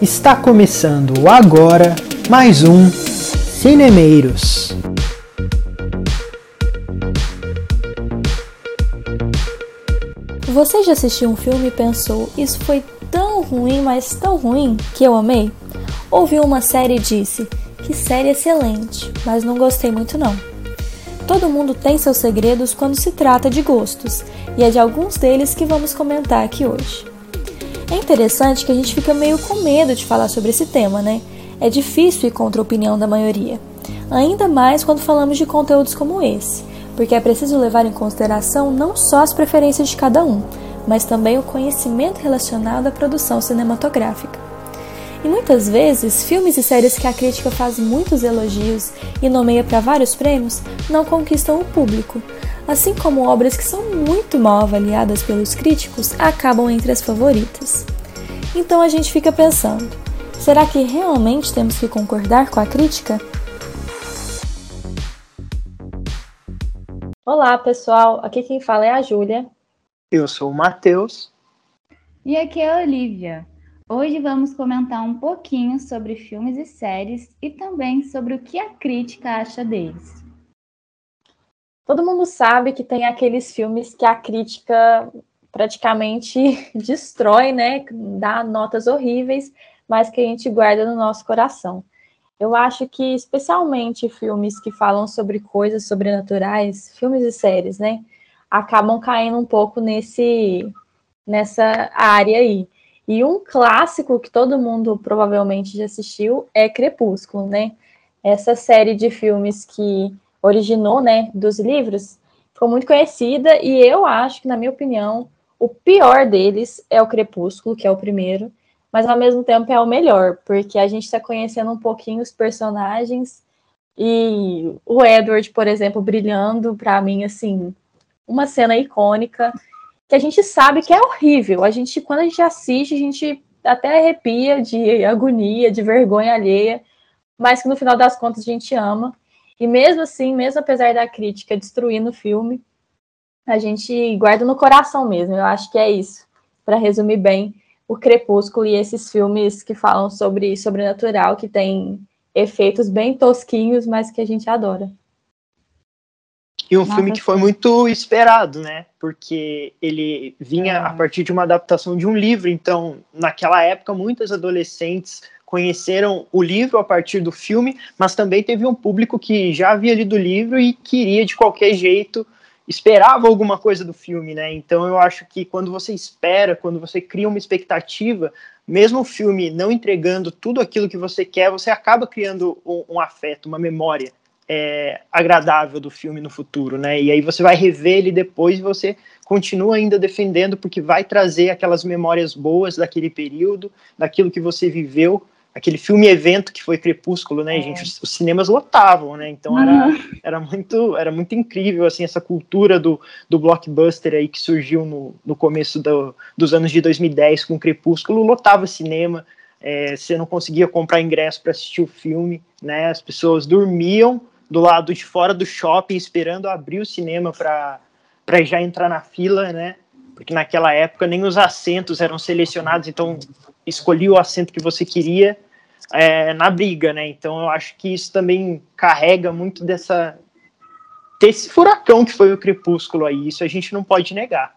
Está começando agora mais um Cinemeiros. Você já assistiu um filme e pensou, isso foi tão ruim, mas tão ruim, que eu amei? Ou viu uma série e disse, que série excelente, mas não gostei muito não. Todo mundo tem seus segredos quando se trata de gostos, e é de alguns deles que vamos comentar aqui hoje. É interessante que a gente fica meio com medo de falar sobre esse tema, né? É difícil ir contra a opinião da maioria. Ainda mais quando falamos de conteúdos como esse, porque é preciso levar em consideração não só as preferências de cada um, mas também o conhecimento relacionado à produção cinematográfica. E muitas vezes, filmes e séries que a crítica faz muitos elogios e nomeia para vários prêmios não conquistam o público, assim como obras que são muito mal avaliadas pelos críticos acabam entre as favoritas. Então a gente fica pensando, será que realmente temos que concordar com a crítica? Olá pessoal, aqui quem fala é a Júlia. Eu sou o Matheus. E aqui é a Olivia. Hoje vamos comentar um pouquinho sobre filmes e séries e também sobre o que a crítica acha deles. Todo mundo sabe que tem aqueles filmes que a crítica praticamente destrói, né? Dá notas horríveis, mas que a gente guarda no nosso coração. Eu acho que, especialmente filmes que falam sobre coisas sobrenaturais, filmes e séries, né? Acabam caindo um pouco nessa área aí. E um clássico que todo mundo provavelmente já assistiu é Crepúsculo, né? Essa série de filmes que originou, né, dos livros, ficou muito conhecida e eu acho que, na minha opinião, o pior deles é o Crepúsculo, que é o primeiro, mas ao mesmo tempo é o melhor, porque a gente está conhecendo um pouquinho os personagens e o Edward, por exemplo, brilhando, para mim, assim, uma cena icônica que a gente sabe que é horrível. Quando a gente assiste, a gente até arrepia de agonia, de vergonha alheia, mas que no final das contas a gente ama. E mesmo assim, mesmo apesar da crítica destruindo o filme, a gente guarda no coração mesmo. Eu acho que é isso, para resumir bem, o Crepúsculo e esses filmes que falam sobre sobrenatural, que tem efeitos bem tosquinhos, mas que a gente adora. E um filme que foi muito esperado, né? Porque ele vinha a partir de uma adaptação de um livro. Então, naquela época, muitos adolescentes conheceram o livro a partir do filme, mas também teve um público que já havia lido o livro e queria, de qualquer jeito, esperava alguma coisa do filme, né? Então, eu acho que quando você espera, quando você cria uma expectativa, mesmo o filme não entregando tudo aquilo que você quer, você acaba criando um afeto, uma memória agradável do filme no futuro, né? E aí você vai rever ele depois e você continua ainda defendendo porque vai trazer aquelas memórias boas daquele período, daquilo que você viveu, aquele filme-evento que foi Crepúsculo, né, gente? Os cinemas lotavam, né? Então era muito incrível, assim, essa cultura do blockbuster aí que surgiu no começo dos anos de 2010 com Crepúsculo, lotava cinema, você não conseguia comprar ingresso para assistir o filme, né? As pessoas dormiam do lado de fora do shopping, esperando abrir o cinema para já entrar na fila, né? Porque naquela época nem os assentos eram selecionados, então escolhia o assento que você queria na briga, né? Então eu acho que isso também carrega muito desse furacão que foi o Crepúsculo aí, isso a gente não pode negar.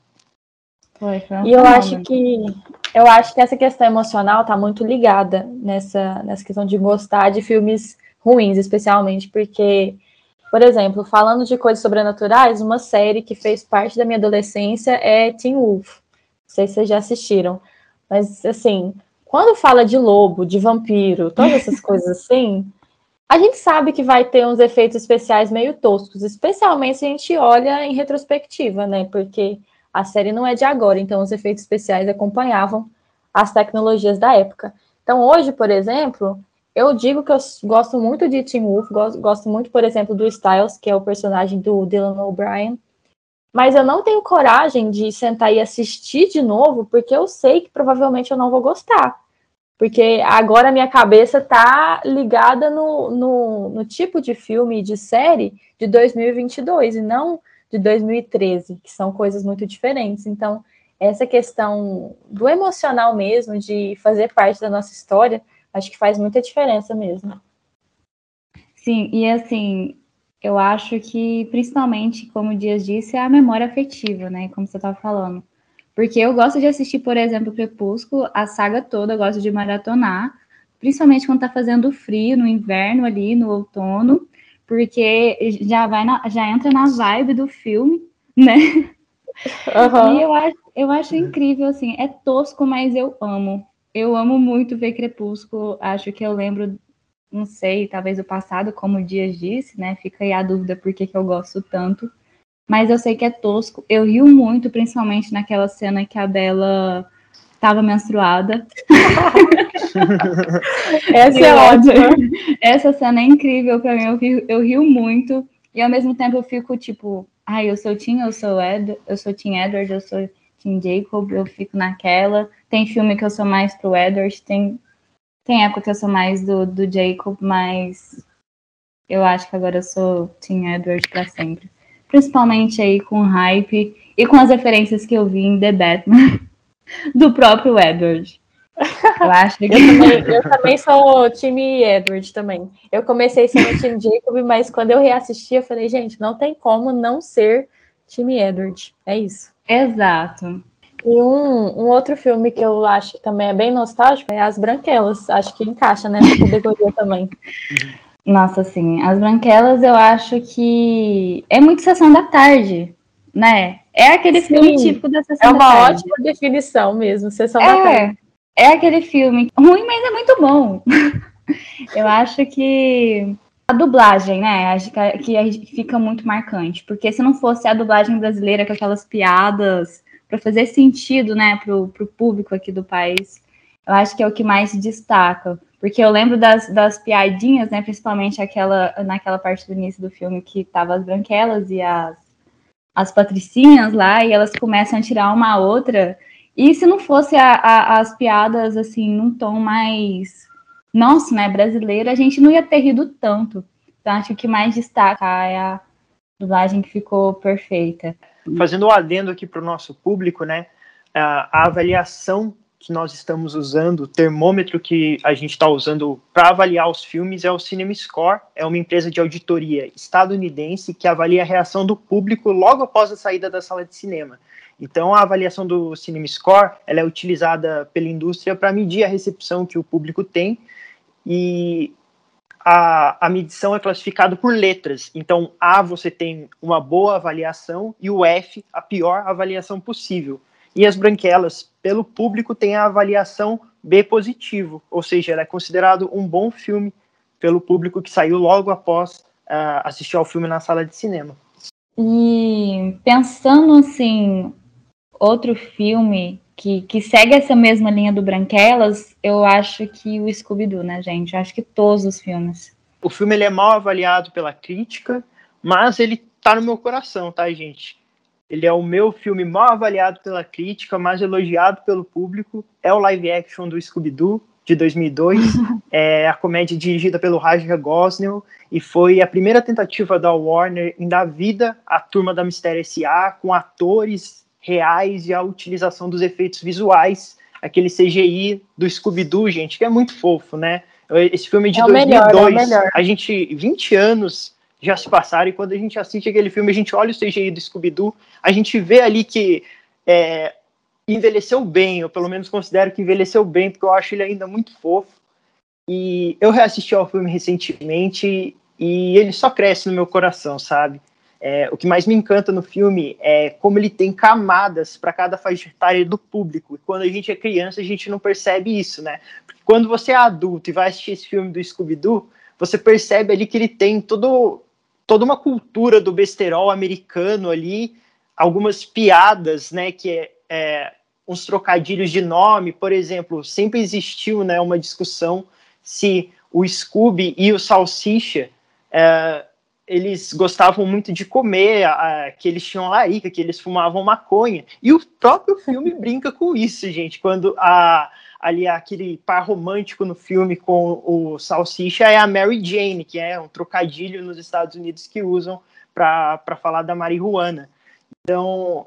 E eu acho que essa questão emocional está muito ligada nessa questão de gostar de filmes ruins, especialmente porque, por exemplo, falando de coisas sobrenaturais, uma série que fez parte da minha adolescência é Teen Wolf. Não sei se vocês já assistiram, mas, assim, quando fala de lobo, de vampiro, todas essas coisas assim, a gente sabe que vai ter uns efeitos especiais meio toscos, especialmente se a gente olha em retrospectiva, né? Porque a série não é de agora, então os efeitos especiais acompanhavam as tecnologias da época. Então, hoje, por exemplo, eu digo que eu gosto muito de Teen Wolf, gosto muito, por exemplo, do Styles, que é o personagem do Dylan O'Brien, mas eu não tenho coragem de sentar e assistir de novo, porque eu sei que provavelmente eu não vou gostar. Porque agora a minha cabeça tá ligada no tipo de filme e de série de 2022 e não de 2013, que são coisas muito diferentes. Então, essa questão do emocional mesmo, de fazer parte da nossa história, acho que faz muita diferença mesmo. Sim, e assim, eu acho que, principalmente, como o Dias disse, é a memória afetiva, né? Como você estava falando. Porque eu gosto de assistir, por exemplo, Crepúsculo, a saga toda, eu gosto de maratonar, principalmente quando tá fazendo frio, no inverno ali, no outono, porque já entra na vibe do filme, né? E eu acho incrível, assim, é tosco, mas eu amo. Eu amo muito ver Crepúsculo, acho que eu lembro, não sei, talvez do passado, como o Dias disse, né? Fica aí a dúvida por que eu gosto tanto. Mas eu sei que é tosco. Eu rio muito, principalmente naquela cena que a Bella estava menstruada. Essa é ótima. Essa cena é incrível pra mim. Eu rio muito. E ao mesmo tempo eu fico tipo, ai, eu sou Tim, eu sou Tim Edward, eu sou Tim Jacob, eu fico naquela. Tem filme que eu sou mais pro Edward, tem época que eu sou mais do Jacob, mas eu acho que agora eu sou Tim Edward pra sempre. Principalmente aí com o hype e com as referências que eu vi em The Batman do próprio Edward. Eu acho que... eu também sou time Edward também. Eu comecei sendo time Jacob, mas quando eu reassisti, eu falei, gente, não tem como não ser time Edward. É isso. Exato. E um outro filme que eu acho que também é bem nostálgico é As Branquelas. Acho que encaixa nessa categoria também. Nossa, assim, As Branquelas eu acho que é muito Sessão da Tarde, né? É aquele filme típico da Sessão da Tarde. É uma ótima definição mesmo, Sessão da Tarde. É aquele filme ruim, mas é muito bom. Eu acho que a dublagem, né? Acho que fica muito marcante. Porque se não fosse a dublagem brasileira com aquelas piadas para fazer sentido, né, pro público aqui do país, eu acho que é o que mais se destaca. Porque eu lembro das piadinhas, né? Principalmente naquela parte do início do filme que tava as branquelas e as patricinhas lá, e elas começam a tirar uma a outra. E se não fosse as piadas, assim, num tom mais nosso, né, brasileiro, a gente não ia ter rido tanto. Então, acho que o que mais destaca é a dublagem que ficou perfeita. Fazendo um adendo aqui para o nosso público, né, a avaliação que nós estamos usando, o termômetro que a gente está usando para avaliar os filmes é o CinemaScore, é uma empresa de auditoria estadunidense que avalia a reação do público logo após a saída da sala de cinema. Então, a avaliação do CinemaScore ela é utilizada pela indústria para medir a recepção que o público tem, e a medição é classificada por letras. Então, A, você tem uma boa avaliação, e o F, a pior avaliação possível. E As Branquelas, pelo público, tem a avaliação B positivo, ou seja, ela é considerado um bom filme pelo público que saiu logo após assistir ao filme na sala de cinema. E pensando, assim, outro filme que segue essa mesma linha do Branquelas, eu acho que o Scooby-Doo, né, gente? Eu acho que todos os filmes. O filme ele é mal avaliado pela crítica, mas ele tá no meu coração, tá, gente? Ele é o meu filme mal avaliado pela crítica, mas elogiado pelo público. É o live action do Scooby-Doo, de 2002. É a comédia dirigida pelo Ryan Gosling e foi a primeira tentativa da Warner em dar vida à Turma da Mistério S.A. com atores reais e a utilização dos efeitos visuais, aquele CGI do Scooby-Doo, gente, que é muito fofo, né? Esse filme de 2002, a gente, 20 anos já se passaram, e quando a gente assiste aquele filme, a gente olha o CGI do Scooby-Doo, a gente vê ali que envelheceu bem, eu pelo menos considero que envelheceu bem, porque eu acho ele ainda muito fofo. E eu reassisti ao filme recentemente e ele só cresce no meu coração, sabe? O que mais me encanta no filme é como ele tem camadas para cada faixa etária do público. E quando a gente é criança, a gente não percebe isso, né? Porque quando você é adulto e vai assistir esse filme do Scooby-Doo, você percebe ali que ele tem toda uma cultura do besterol americano ali, algumas piadas, né, que uns trocadilhos de nome, por exemplo, sempre existiu, né, uma discussão se o Scooby e o Salsicha, eles gostavam muito de comer, que eles tinham larica, que eles fumavam maconha, e o próprio filme brinca com isso, gente, quando ali aquele par romântico no filme com o Salsicha é a Mary Jane, que é um trocadilho nos Estados Unidos que usam para falar da marihuana. Então,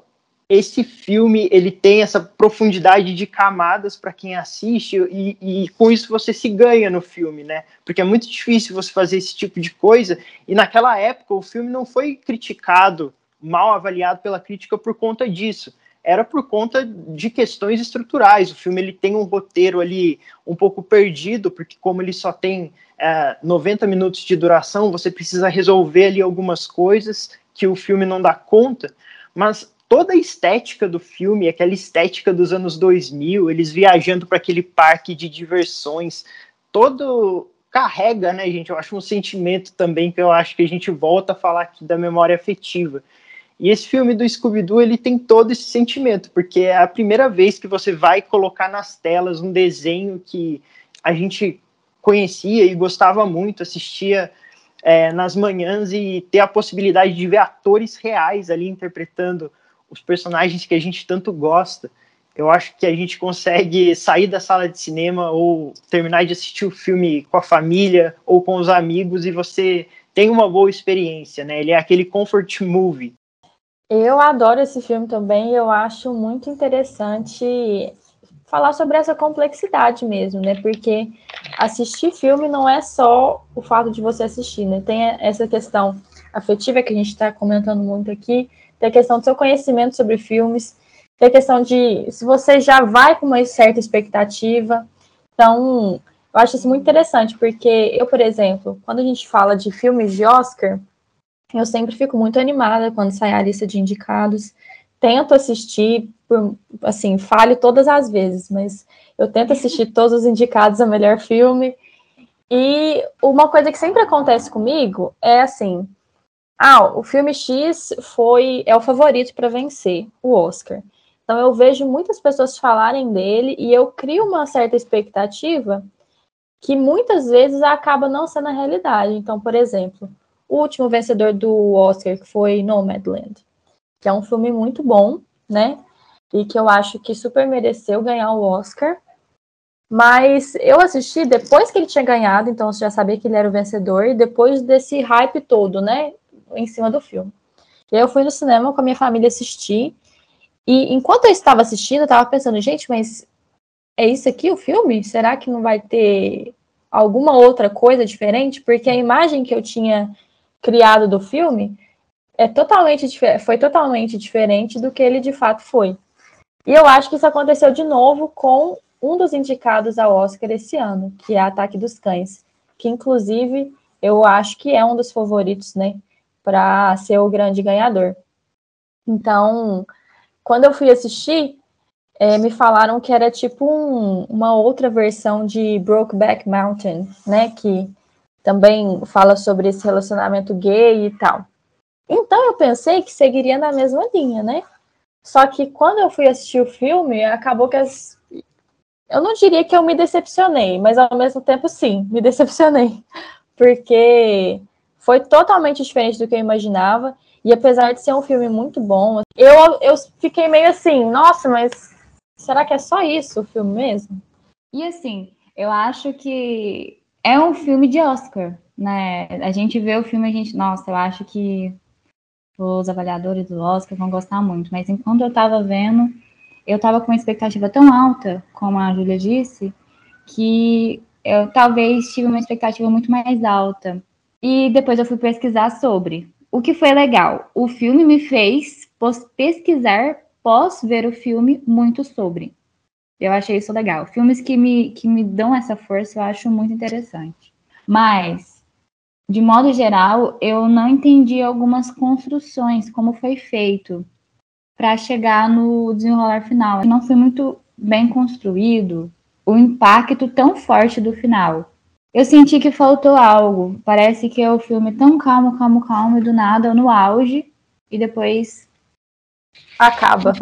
esse filme ele tem essa profundidade de camadas para quem assiste e com isso você se ganha no filme, né? Porque é muito difícil você fazer esse tipo de coisa e naquela época o filme não foi criticado, mal avaliado pela crítica por conta disso. Era por conta de questões estruturais. O filme ele tem um roteiro ali um pouco perdido, porque como ele só tem 90 minutos de duração, você precisa resolver ali algumas coisas que o filme não dá conta, mas toda a estética do filme, aquela estética dos anos 2000, eles viajando para aquele parque de diversões, todo carrega, né, gente? Eu acho um sentimento também que eu acho que a gente volta a falar aqui da memória afetiva. E esse filme do Scooby-Doo, ele tem todo esse sentimento, porque é a primeira vez que você vai colocar nas telas um desenho que a gente conhecia e gostava muito, assistia nas manhãs e ter a possibilidade de ver atores reais ali interpretando os personagens que a gente tanto gosta. Eu acho que a gente consegue sair da sala de cinema ou terminar de assistir o filme com a família ou com os amigos e você tem uma boa experiência, né? Ele é aquele comfort movie. Eu adoro esse filme também, eu acho muito interessante falar sobre essa complexidade mesmo, né? Porque assistir filme não é só o fato de você assistir, né? Tem essa questão afetiva que a gente está comentando muito aqui, tem a questão do seu conhecimento sobre filmes, tem a questão de se você já vai com uma certa expectativa. Então, eu acho isso muito interessante, porque eu, por exemplo, quando a gente fala de filmes de Oscar, eu sempre fico muito animada quando sai a lista de indicados. Tento assistir, assim, falho todas as vezes, mas eu tento assistir todos os indicados a melhor filme. E uma coisa que sempre acontece comigo é assim, o filme X é o favorito para vencer o Oscar. Então eu vejo muitas pessoas falarem dele e eu crio uma certa expectativa que muitas vezes acaba não sendo a realidade. Então, por exemplo, o último vencedor do Oscar, que foi Nomadland, que é um filme muito bom, né? E que eu acho que super mereceu ganhar o Oscar. Mas eu assisti depois que ele tinha ganhado, então eu já sabia que ele era o vencedor, e depois desse hype todo, né? Em cima do filme. E aí eu fui no cinema com a minha família assistir. E enquanto eu estava assistindo, eu estava pensando, gente, mas é isso aqui o filme? Será que não vai ter alguma outra coisa diferente? Porque a imagem que eu tinha criado do filme foi totalmente diferente do que ele de fato foi. E eu acho que isso aconteceu de novo com um dos indicados ao Oscar esse ano, que é Ataque dos Cães, que inclusive eu acho que é um dos favoritos, né, para ser o grande ganhador. Então, quando eu fui assistir, me falaram que era tipo uma outra versão de Brokeback Mountain, né, que também fala sobre esse relacionamento gay e tal. Então eu pensei que seguiria na mesma linha, né? Só que quando eu fui assistir o filme, acabou que eu não diria que eu me decepcionei, mas ao mesmo tempo sim, me decepcionei. Porque foi totalmente diferente do que eu imaginava. E apesar de ser um filme muito bom, eu fiquei meio assim, nossa, mas será que é só isso o filme mesmo? E assim, eu acho que é um filme de Oscar, né? A gente vê o filme e nossa, eu acho que os avaliadores do Oscar vão gostar muito. Mas enquanto eu tava vendo, eu tava com uma expectativa tão alta, como a Júlia disse, que eu talvez tive uma expectativa muito mais alta. E depois eu fui pesquisar sobre. O que foi legal? O filme me fez pesquisar, pós ver o filme, muito sobre. Eu achei isso legal. Filmes que me dão essa força, eu acho muito interessante. Mas, de modo geral, eu não entendi algumas construções, como foi feito, para chegar no desenrolar final. Não foi muito bem construído o impacto tão forte do final. Eu senti que faltou algo. Parece que é o filme tão calmo, e do nada, no auge, e depois acaba.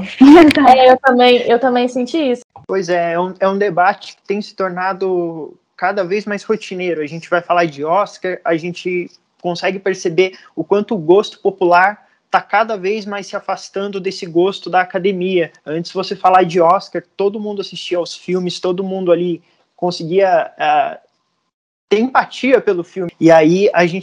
Eu também senti isso. Pois é um debate que tem se tornado cada vez mais rotineiro. A gente vai falar de Oscar, a gente consegue perceber o quanto o gosto popular está cada vez mais se afastando desse gosto da academia. Antes você falar de Oscar, todo mundo assistia aos filmes, todo mundo ali conseguia ter empatia pelo filme. E aí a gente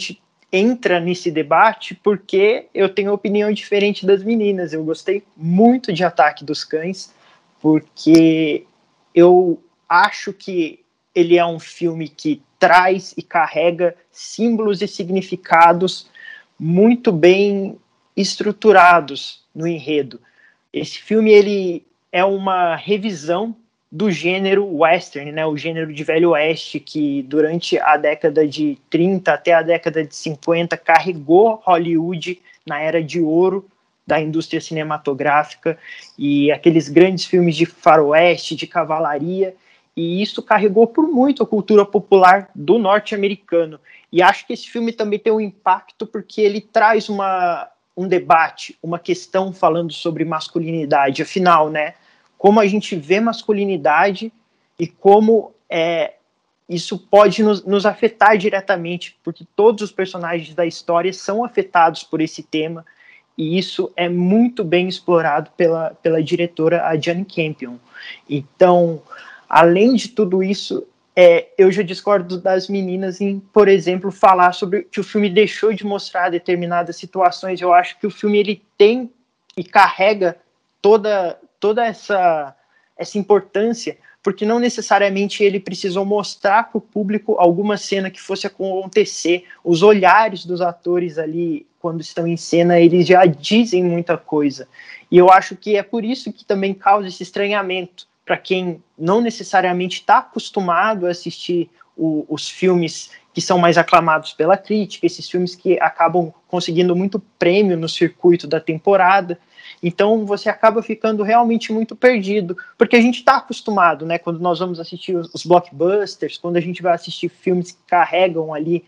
entra nesse debate porque eu tenho opinião diferente das meninas. Eu gostei muito de Ataque dos Cães, porque eu acho que ele é um filme que traz e carrega símbolos e significados muito bem estruturados no enredo. Esse filme ele é uma revisão do gênero western, né, o gênero de velho oeste, que durante a década de 30 até a década de 50 carregou Hollywood na era de ouro da indústria cinematográfica, e aqueles grandes filmes de faroeste, de cavalaria, e isso carregou por muito a cultura popular do norte-americano. E acho que esse filme também tem um impacto porque ele traz um debate, uma questão falando sobre masculinidade. Afinal, né, como a gente vê masculinidade e como isso pode nos afetar diretamente, porque todos os personagens da história são afetados por esse tema, e isso é muito bem explorado pela diretora, a Jane Campion. Então, além de tudo isso, eu já discordo das meninas em, por exemplo, falar sobre que o filme deixou de mostrar determinadas situações. Eu acho que o filme ele tem e carrega toda essa importância, porque não necessariamente ele precisou mostrar para o público alguma cena que fosse acontecer. Os olhares dos atores ali, quando estão em cena, eles já dizem muita coisa. E eu acho que é por isso que também causa esse estranhamento para quem não necessariamente está acostumado a assistir os filmes que são mais aclamados pela crítica, esses filmes que acabam conseguindo muito prêmio no circuito da temporada. Então você acaba ficando realmente muito perdido, porque a gente está acostumado, né, quando nós vamos assistir os blockbusters, quando a gente vai assistir filmes que carregam ali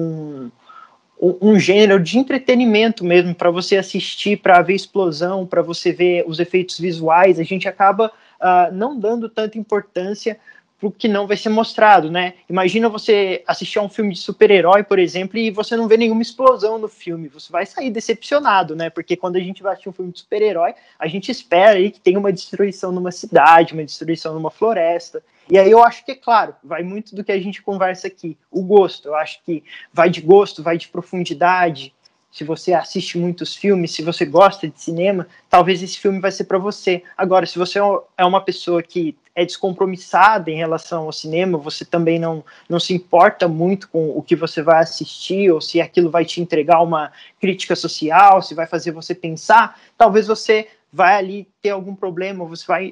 um gênero de entretenimento mesmo, para você assistir, para ver explosão, para você ver os efeitos visuais, a gente acaba não dando tanta importância para o que não vai ser mostrado, né? Imagina você assistir a um filme de super-herói, por exemplo, e você não vê nenhuma explosão no filme, você vai sair decepcionado, né? Porque quando a gente vai assistir um filme de super-herói, a gente espera aí que tenha uma destruição numa cidade, uma destruição numa floresta. E aí eu acho que, é claro, vai muito do que a gente conversa aqui, o gosto. Eu acho que vai de gosto, vai de profundidade. Se você assiste muitos filmes, se você gosta de cinema, talvez esse filme vai ser para você. Agora, se você é uma pessoa que é descompromissada em relação ao cinema, você também não se importa muito com o que você vai assistir, ou se aquilo vai te entregar uma crítica social, se vai fazer você pensar, talvez você vai ali ter algum problema, você vai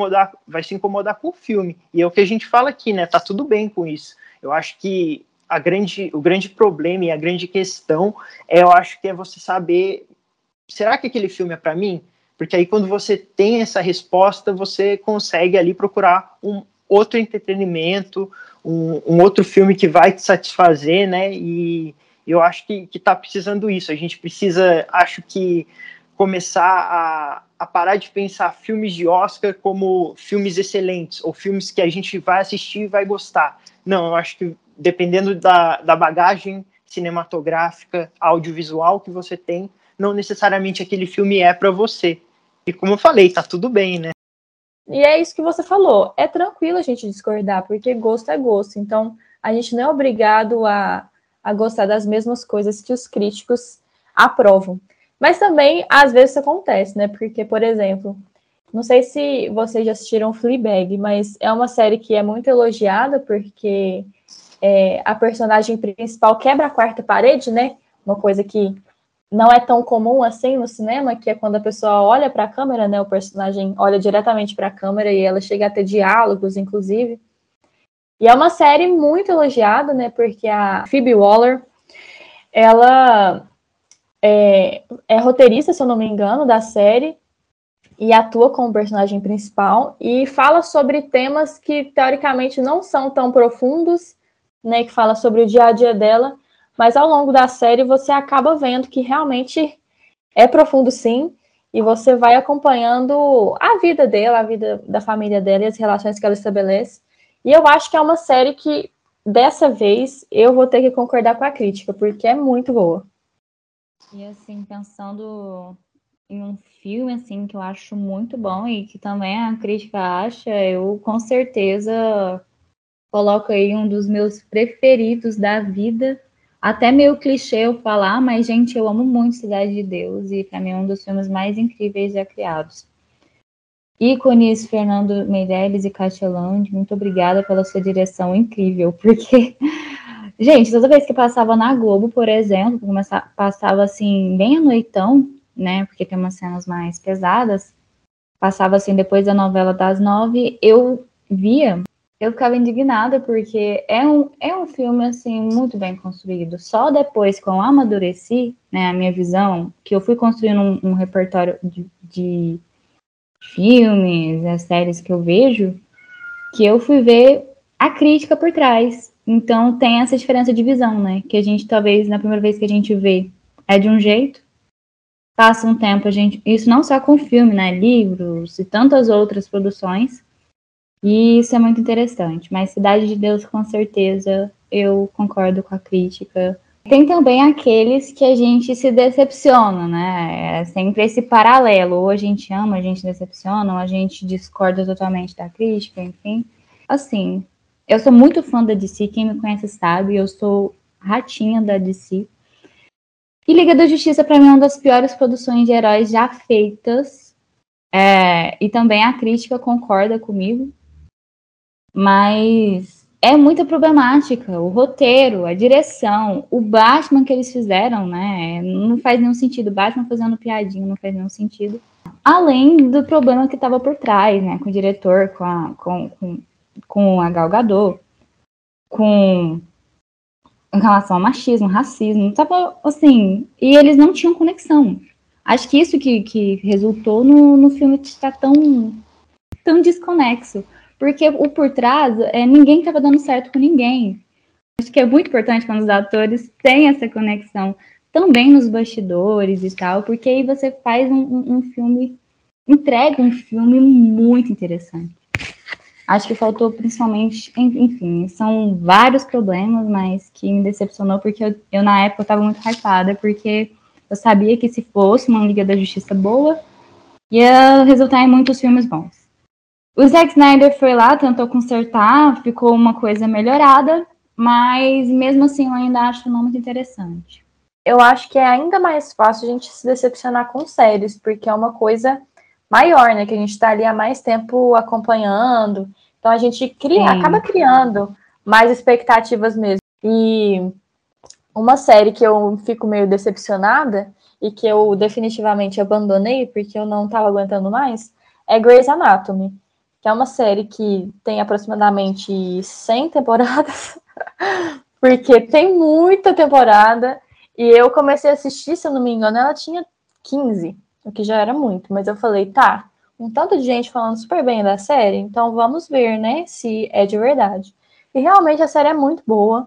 se incomodar com o filme. E é o que a gente fala aqui, né? Tá tudo bem com isso. Eu acho que o grande problema e a grande questão eu acho que é você saber, será que aquele filme é para mim? Porque aí quando você tem essa resposta, você consegue ali procurar um outro entretenimento, um outro filme que vai te satisfazer, né? E eu acho que está precisando isso. A gente precisa, acho que, começar a parar de pensar filmes de Oscar como filmes excelentes, ou filmes que a gente vai assistir e vai gostar. Não, eu acho que dependendo da bagagem cinematográfica, audiovisual que você tem, não necessariamente aquele filme é para você. E como eu falei, tá tudo bem, né? E é isso que você falou. É tranquilo a gente discordar, porque gosto é gosto. Então, a gente não é obrigado a gostar das mesmas coisas que os críticos aprovam. Mas também, às vezes, isso acontece, né? Porque, por exemplo, não sei se vocês já assistiram Fleabag, mas é uma série que é muito elogiada porque a personagem principal quebra a quarta parede, né? Uma coisa que não é tão comum assim no cinema, que é quando a pessoa olha para a câmera, né? O personagem olha diretamente para a câmera e ela chega a ter diálogos, inclusive. E é uma série muito elogiada, né? Porque a Phoebe Waller, ela é roteirista, se eu não me engano, da série, e atua como personagem principal, e fala sobre temas que, teoricamente, não são tão profundos, né, que fala sobre o dia a dia dela, mas ao longo da série você acaba vendo que realmente é profundo, sim, e você vai acompanhando a vida dela, a vida da família dela e as relações que ela estabelece. E eu acho que é uma série que, dessa vez, eu vou ter que concordar com a crítica, porque é muito boa. E assim, pensando em um filme assim que eu acho muito bom e que também a crítica acha, eu com certeza coloco aí um dos meus preferidos da vida, até meio clichê eu falar, mas, gente, eu amo muito Cidade de Deus e para mim é um dos filmes mais incríveis já criados. Ícones Fernando Meirelles e Katia Land, muito obrigada pela sua direção incrível, porque, gente, toda vez que passava na Globo, por exemplo, passava assim, bem à noitão, né, porque tem umas cenas mais pesadas, passava assim depois da novela das 9, eu via, eu ficava indignada, porque é um filme, assim, muito bem construído. Só depois, que eu amadureci, né, a minha visão, que eu fui construindo um repertório de filmes, as séries que eu vejo, que eu fui ver a crítica por trás. Então tem essa diferença de visão, né? Que a gente talvez na primeira vez que a gente vê é de um jeito, passa um tempo a gente, isso não só com filme, né? Livros e tantas outras produções. E isso é muito interessante. Mas Cidade de Deus, com certeza, eu concordo com a crítica. Tem também aqueles que a gente se decepciona, né? É sempre esse paralelo. Ou a gente ama, a gente decepciona, ou a gente discorda totalmente da crítica, enfim. Assim, eu sou muito fã da DC, quem me conhece sabe, eu sou ratinha da DC. E Liga da Justiça, para mim, é uma das piores produções de heróis já feitas. E também a crítica concorda comigo. Mas é muito problemática, o roteiro, a direção, o Batman que eles fizeram, né? Não faz nenhum sentido. Batman fazendo piadinha não faz nenhum sentido. Além do problema que estava por trás, né? Com o diretor, com a Gal Gadot, em relação ao machismo, racismo, tava assim, e eles não tinham conexão. Acho que isso que resultou no filme estar tão desconexo. Porque o por trás, ninguém estava dando certo com ninguém. Acho que é muito importante quando os atores têm essa conexão também nos bastidores e tal, porque aí você faz um filme, entrega um filme muito interessante. Acho que faltou principalmente, enfim, são vários problemas, mas que me decepcionou, porque eu na época, eu estava muito hypada, porque eu sabia que se fosse uma Liga da Justiça boa, ia resultar em muitos filmes bons. O Zack Snyder foi lá, tentou consertar, ficou uma coisa melhorada, mas mesmo assim eu ainda acho não muito interessante. Eu acho que é ainda mais fácil a gente se decepcionar com séries, porque é uma coisa maior, né? Que a gente está ali há mais tempo acompanhando. Então a gente acaba criando mais expectativas mesmo. E uma série que eu fico meio decepcionada e que eu definitivamente abandonei porque eu não estava aguentando mais é Grey's Anatomy, que é uma série que tem aproximadamente 100 temporadas, porque tem muita temporada, e eu comecei a assistir, se eu não me engano, ela tinha 15, o que já era muito, mas eu falei, tá, um tanto de gente falando super bem da série, então vamos ver, né, se é de verdade. E realmente a série é muito boa,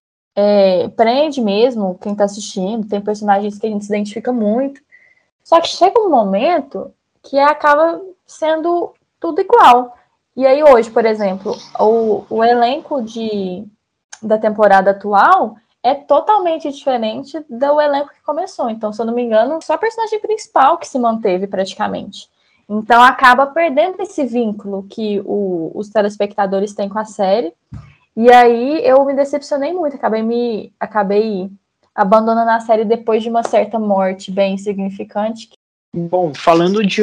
prende mesmo quem tá assistindo, tem personagens que a gente se identifica muito, só que chega um momento que acaba sendo tudo igual. E aí hoje, por exemplo, o elenco da temporada atual é totalmente diferente do elenco que começou. Então, se eu não me engano, só a personagem principal que se manteve praticamente. Então, acaba perdendo esse vínculo que os telespectadores têm com a série. E aí, eu me decepcionei muito. Acabei abandonando a série depois de uma certa morte bem significante. Bom, falando de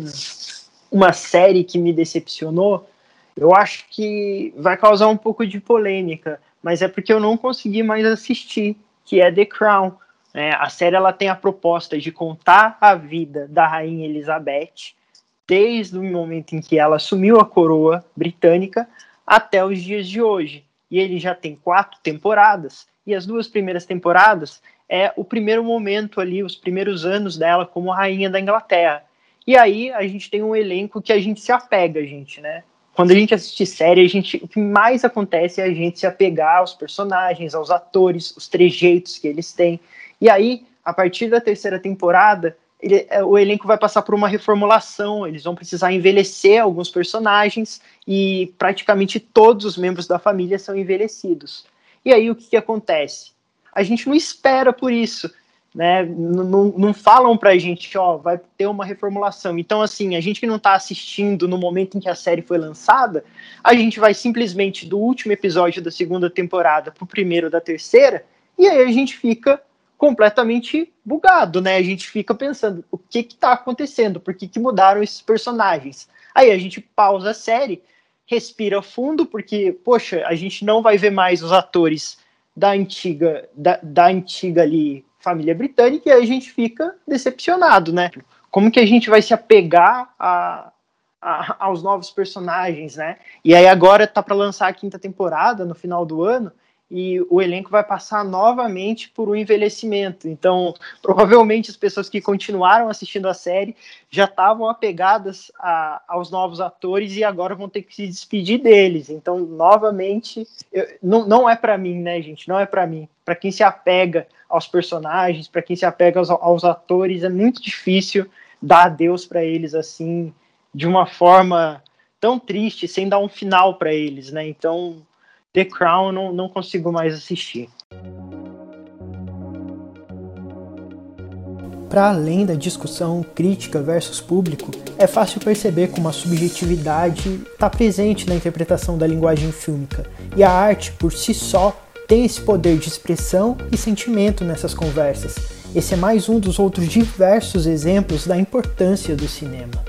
uma série que me decepcionou, eu acho que vai causar um pouco de polêmica, mas é porque eu não consegui mais assistir, que é The Crown. A série ela tem a proposta de contar a vida da Rainha Elizabeth, desde o momento em que ela assumiu a coroa britânica até os dias de hoje. E ele já tem 4 temporadas, e as 2 primeiras temporadas é o primeiro momento ali, os primeiros anos dela como Rainha da Inglaterra. E aí a gente tem um elenco que a gente se apega, gente, né? Quando a gente assiste série, o que mais acontece é a gente se apegar aos personagens, aos atores, os trejeitos que eles têm. E aí, a partir da 3ª temporada, o elenco vai passar por uma reformulação, eles vão precisar envelhecer alguns personagens e praticamente todos os membros da família são envelhecidos. E aí o que acontece? A gente não espera por isso, né? Não falam pra gente, vai ter uma reformulação. Então, assim, a gente que não tá assistindo no momento em que a série foi lançada, a gente vai simplesmente do último episódio da 2ª temporada pro primeiro da 3ª, e aí a gente fica completamente bugado, né? A gente fica pensando, o que tá acontecendo? Por que mudaram esses personagens? Aí a gente pausa a série, respira fundo, porque, poxa, a gente não vai ver mais os atores da antiga ali família britânica, e aí a gente fica decepcionado, né? Como que a gente vai se apegar aos novos personagens, né? E aí agora tá para lançar a 5ª temporada no final do ano, e o elenco vai passar novamente por um envelhecimento. Então, provavelmente as pessoas que continuaram assistindo a série já estavam apegadas aos novos atores e agora vão ter que se despedir deles. Então, novamente, não é para mim, né, gente? Não é para mim. Para quem se apega aos personagens, para quem se apega aos atores, é muito difícil dar adeus para eles assim, de uma forma tão triste, sem dar um final para eles, né? Então, The Crown não consigo mais assistir. Para além da discussão crítica versus público, é fácil perceber como a subjetividade está presente na interpretação da linguagem fílmica, e a arte, por si só, tem esse poder de expressão e sentimento nessas conversas. Esse é mais um dos outros diversos exemplos da importância do cinema.